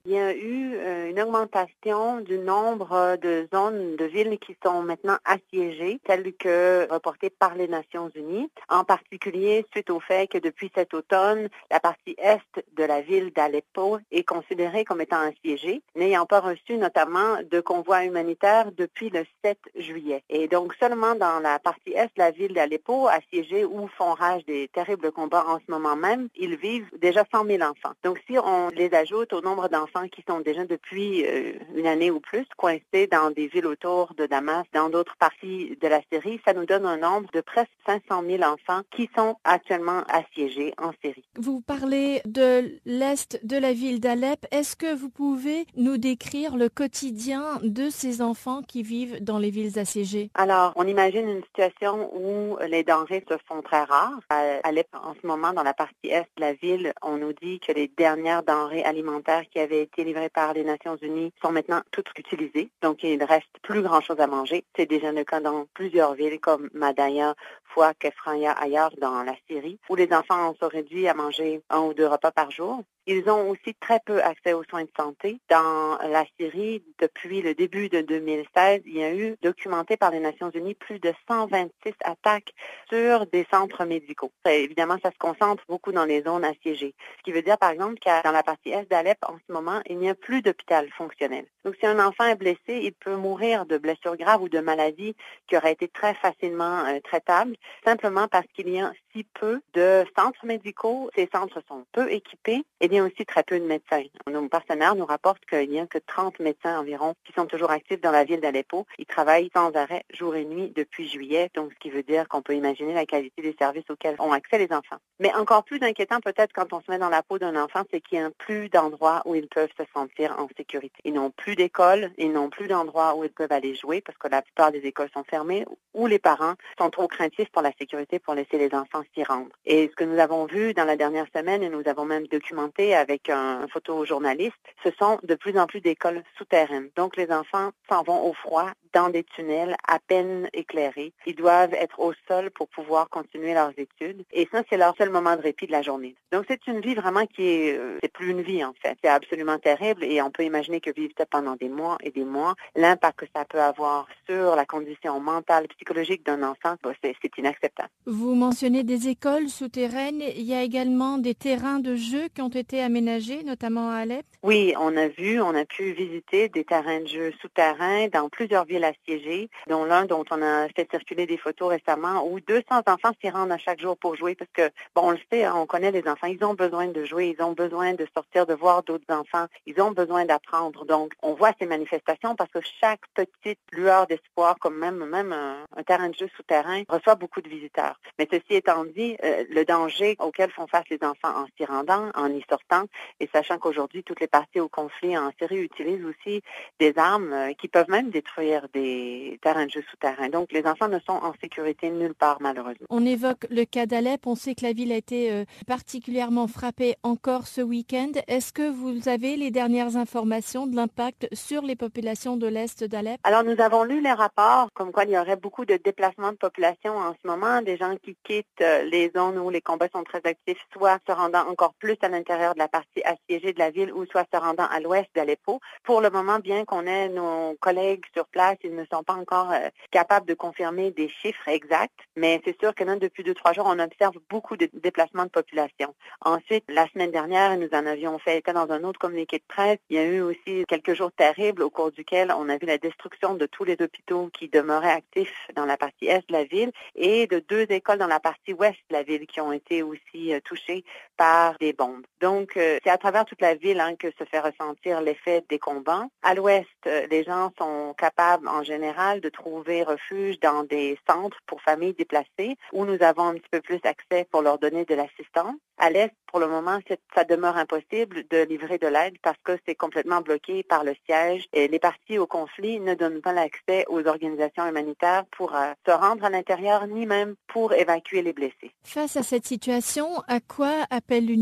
il y a eu une augmentation du nombre de zones, de villes qui sont maintenant assiégées, telles que reportées par les Nations Unies, en particulier suite au fait que depuis cet automne, la partie est de la ville d'Aleppo est considérée comme étant assiégée, n'ayant pas reçu notamment de convois humanitaires depuis le 7 juillet. Et donc seulement dans la partie est de la ville d'Aleppo, assiégée où font rage des terribles combats en ce moment même, ils vivent déjà 100 000 enfants. Donc si on les ajoute au nombre d'enfants qui sont déjà depuis une année ou plus coincés dans des villes autour de Damas, dans d'autres parties de la Syrie, ça nous donne un nombre de presque 500 000 enfants qui sont actuellement assiégés en Syrie. Vous parlez de l'est de la ville d'Alep. Est-ce que vous pouvez nous décrire le quotidien de ces enfants qui vivent dans les villes assiégées? Alors, on imagine une situation où les denrées se font très rares. À Alep, en ce moment, dans la partie est de la ville, on nous dit que les dernières denrées alimentaires qui avaient été livrées par les Nations Unies sont maintenant toutes utilisées. Donc, il ne reste plus grand-chose à manger. C'est déjà le cas dans plusieurs villes comme Madaya, Fouak, Efraya, ailleurs dans la Syrie, où les enfants sont réduits à manger 1 ou 2 repas par jour. Ils ont aussi très peu accès aux soins de santé. Dans la Syrie, depuis le début de 2016, il y a eu documenté par les Nations Unies plus de 126 attaques sur des centres médicaux. Évidemment, ça se concentre beaucoup dans les zones assiégées. Ce qui veut dire, par exemple, que dans la partie est d'Alep, en ce moment, il n'y a plus d'hôpital fonctionnel. Donc, si un enfant est blessé, il peut mourir de blessures graves ou de maladies qui auraient été très facilement traitables, simplement parce qu'il y a si peu de centres médicaux. Ces centres sont peu équipés et il y a aussi très peu de médecins. Nos partenaires nous rapportent qu'il n'y a que 30 médecins environ qui sont toujours actifs dans la ville d'Aleppo. Ils travaillent sans arrêt, jour et nuit, depuis juillet, donc ce qui veut dire qu'on peut imaginer la qualité des services auxquels ont accès les enfants. Mais encore plus inquiétant peut-être quand on se met dans la peau d'un enfant, c'est qu'il n'y a plus d'endroits où ils peuvent se sentir en sécurité. Ils n'ont plus d'école, ils n'ont plus d'endroits où ils peuvent aller jouer parce que la plupart des écoles sont fermées, ou les parents sont trop craintifs pour la sécurité pour laisser les enfants s'y rendre. Et ce que nous avons vu dans la dernière semaine, et nous avons même documenté avec un photojournaliste, ce sont de plus en plus d'écoles souterraines. Donc les enfants s'en vont au froid, dans des tunnels à peine éclairés. Ils doivent être au sol pour pouvoir continuer leurs études. Et ça, c'est leur seul moment de répit de la journée. Donc c'est une vie vraiment qui est, c'est plus une vie en fait. C'est absolument terrible et on peut imaginer que vivre ça pendant des mois et des mois, l'impact que ça peut avoir sur la condition mentale, psychologique d'un enfant, c'est inacceptable. Vous mentionnez des écoles souterraines. Il y a également des terrains de jeu qui ont été aménagés, notamment à Alep. Oui, on a pu visiter des terrains de jeu souterrains dans plusieurs villes assiégées, dont l'un dont on a fait circuler des photos récemment, où 200 enfants s'y rendent à chaque jour pour jouer, parce que, bon, on le sait, on connaît les enfants, ils ont besoin de jouer, ils ont besoin de sortir, de voir d'autres enfants, ils ont besoin d'apprendre. Donc, on voit ces manifestations parce que chaque petite lueur d'espoir, comme même un terrain de jeu souterrain, reçoit beaucoup de visiteurs. Mais ceci étant dit, le danger auquel font face les enfants en s'y rendant, en y sortant, et sachant qu'aujourd'hui, toutes les parties au conflit en Syrie utilisent aussi des armes qui peuvent même détruire des terrains de jeu souterrains. Donc, les enfants ne sont en sécurité nulle part, malheureusement. On évoque le cas d'Alep. On sait que la ville a été particulièrement frappée encore ce week-end. Est-ce que vous avez les dernières informations de l'impact sur les populations de l'Est d'Alep? Alors, nous avons lu les rapports comme quoi il y aurait beaucoup de déplacements de population en ce moment, des gens qui quittent les zones où les combats sont très actifs, soit se rendant encore plus à l'intérieur de la partie assiégée de la ville ou soit se rendant à l'ouest d'Aleppo. Pour le moment, bien qu'on ait nos collègues sur place, ils ne sont pas encore capables de confirmer des chiffres exacts, mais c'est sûr que là, depuis 2-3 jours, on observe beaucoup de déplacements de population. Ensuite, la semaine dernière, nous en avions fait état dans un autre communiqué de presse. Il y a eu aussi quelques jours terribles au cours duquel on a vu la destruction de tous les hôpitaux qui demeuraient actifs dans la partie est de la ville et de 2 écoles dans la partie ouest de la ville qui ont été aussi touchées par des bombes. Donc, c'est à travers toute la ville que se fait ressentir l'effet des combats. À l'ouest, les gens sont capables en général de trouver refuge dans des centres pour familles déplacées où nous avons un petit peu plus accès pour leur donner de l'assistance. À l'est, pour le moment, ça demeure impossible de livrer de l'aide parce que c'est complètement bloqué par le siège et les parties au conflit ne donnent pas l'accès aux organisations humanitaires pour se rendre à l'intérieur ni même pour évacuer les blessés. Face à cette situation, à quoi appelle l'UNICEF ?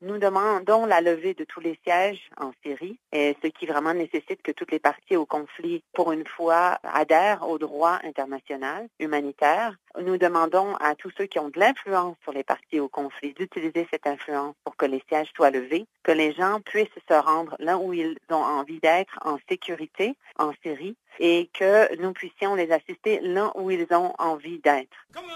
Nous demandons la levée de tous les sièges en Syrie, et ce qui vraiment nécessite que toutes les parties au conflit, pour une fois, adhèrent au droit international humanitaire. Nous demandons à tous ceux qui ont de l'influence sur les parties au conflit d'utiliser cette influence pour que les sièges soient levés, que les gens puissent se rendre là où ils ont envie d'être en sécurité en Syrie et que nous puissions les assister là où ils ont envie d'être.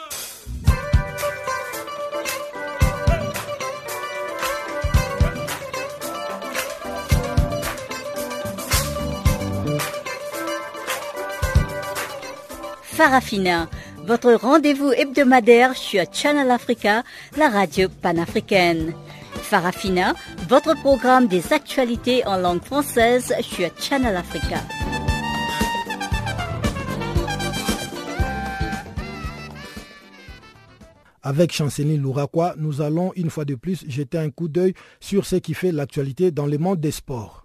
Farafina, votre rendez-vous hebdomadaire sur Channel Africa, la radio panafricaine. Farafina, votre programme des actualités en langue française sur Channel Africa. Avec Chanceline Louraquois, nous allons une fois de plus jeter un coup d'œil sur ce qui fait l'actualité dans le monde des sports.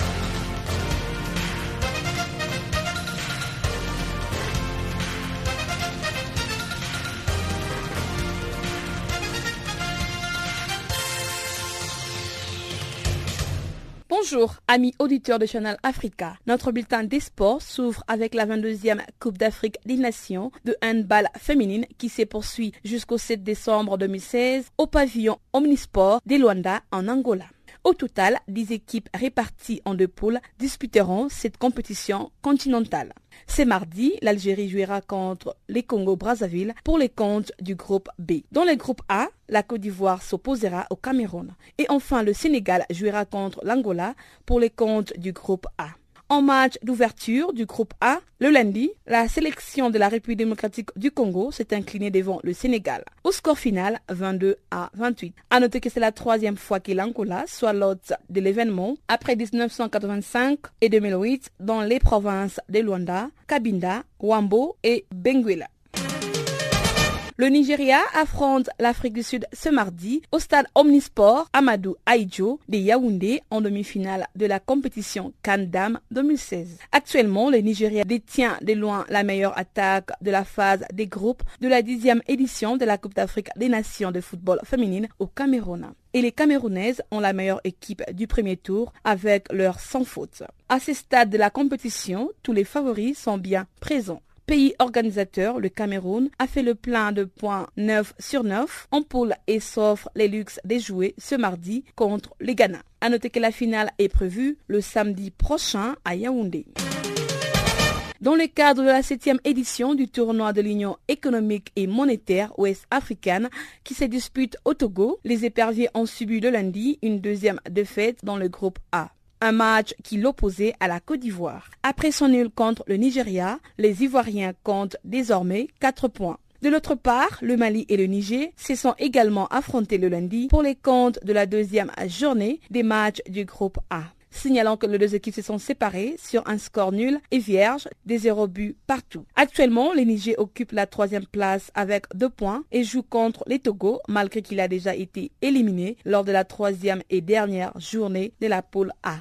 Bonjour, amis auditeurs de Channel Africa. Notre bulletin des sports s'ouvre avec la 22e Coupe d'Afrique des Nations de handball féminine qui se poursuit jusqu'au 7 décembre 2016 au pavillon Omnisport de Luanda en Angola. Au total, 10 équipes réparties en 2 poules disputeront cette compétition continentale. Ce mardi, l'Algérie jouera contre les Congo-Brazzaville pour les comptes du groupe B. Dans le groupe A, la Côte d'Ivoire s'opposera au Cameroun. Et enfin, le Sénégal jouera contre l'Angola pour les comptes du groupe A. En match d'ouverture du groupe A, le lundi, la sélection de la République démocratique du Congo s'est inclinée devant le Sénégal. Au score final, 22-28. À noter que c'est la 3e fois que l'Angola soit l'hôte de l'événement après 1985 et 2008 dans les provinces de Luanda, Cabinda, Wambo et Benguela. Le Nigeria affronte l'Afrique du Sud ce mardi au stade Omnisport Amadou Ahidjo de Yaoundé en demi-finale de la compétition CAN Dames 2016. Actuellement, le Nigeria détient de loin la meilleure attaque de la phase des groupes de la 10e édition de la Coupe d'Afrique des Nations de football féminine au Cameroun. Et les Camerounaises ont la meilleure équipe du premier tour avec leur sans faute. À ce stade de la compétition, tous les favoris sont bien présents. Pays organisateur, le Cameroun, a fait le plein de points 9 sur 9 en poule et s'offre les luxes de jouer ce mardi contre les Ghana. À noter que la finale est prévue le samedi prochain à Yaoundé. Dans le cadre de la 7e édition du tournoi de l'Union économique et monétaire ouest-africaine qui se dispute au Togo, les éperviers ont subi le lundi une 2e défaite dans le groupe A. Un match qui l'opposait à la Côte d'Ivoire. Après son nul contre le Nigeria, les Ivoiriens comptent désormais 4 points. De l'autre part, le Mali et le Niger se sont également affrontés le lundi pour les comptes de la 2e journée des matchs du groupe A. Signalant que les 2 équipes se sont séparées sur un score nul et vierge des 0 buts partout. Actuellement, le Niger occupe la 3e place avec 2 points et joue contre les Togo malgré qu'il a déjà été éliminé lors de la 3e et dernière journée de la poule A.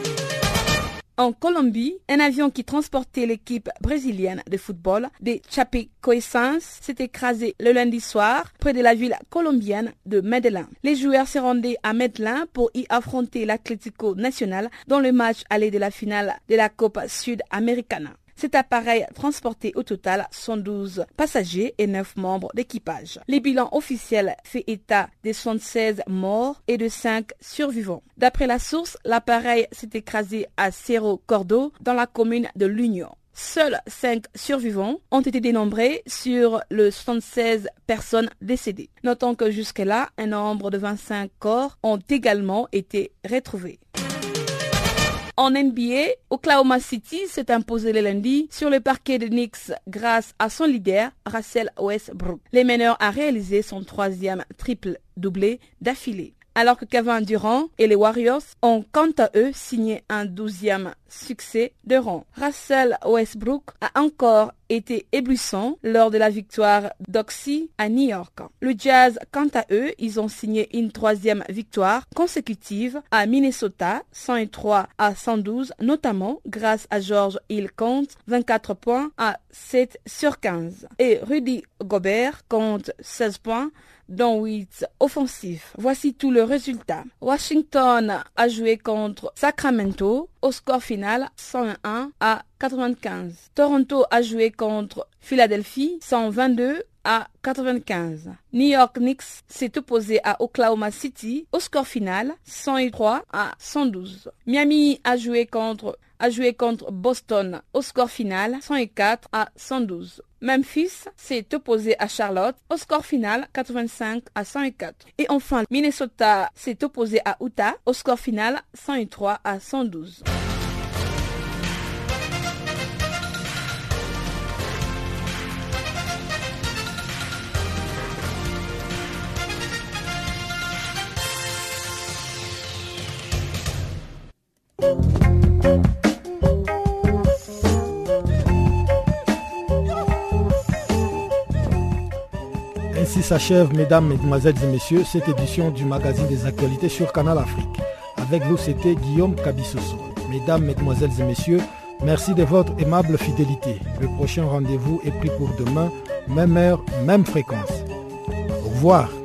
En Colombie, un avion qui transportait l'équipe brésilienne de football des Chapecoenses s'est écrasé le lundi soir près de la ville colombienne de Medellín. Les joueurs se rendaient à Medellín pour y affronter l'Atlético Nacional dans le match aller de la finale de la Copa Sudamericana. Cet appareil transportait au total 112 passagers et 9 membres d'équipage. Les bilans officiels fait état de 76 morts et de 5 survivants. D'après la source, l'appareil s'est écrasé à Cerro Gordo dans la commune de l'Union. Seuls 5 survivants ont été dénombrés sur les 76 personnes décédées. Notons que jusque-là, un nombre de 25 corps ont également été retrouvés. En NBA, Oklahoma City s'est imposé le lundi sur le parquet de Knicks grâce à son leader, Russell Westbrook. Les meneurs a réalisé son 3e triple doublé d'affilée. Alors que Kevin Durant et les Warriors ont quant à eux signé un 12e succès de rang. Russell Westbrook a encore été éblouissant lors de la victoire d'Oxy à New York. Le Jazz, quant à eux, ils ont signé une 3e victoire consécutive à Minnesota, 103-112, notamment grâce à George Hill compte 24 points à 7 sur 15. Et Rudy Gobert compte 16 points, dont 8 offensifs. Voici tout le résultat. Washington a joué contre Sacramento au score final 101-95. Toronto a joué contre Philadelphie 122-95. New York Knicks s'est opposé à Oklahoma City au score final 103-112. Miami a joué contre Boston au score final 104-112. Memphis s'est opposé à Charlotte au score final 85-104. Et enfin, Minnesota s'est opposé à Utah au score final 103-112. Ainsi s'achève, mesdames, mesdemoiselles et messieurs, cette édition du magazine des actualités sur Canal Afrique. Avec vous, c'était Guillaume Kabissoso. Mesdames, mesdemoiselles et messieurs, merci de votre aimable fidélité. Le prochain rendez-vous est pris pour demain, même heure, même fréquence. Au revoir.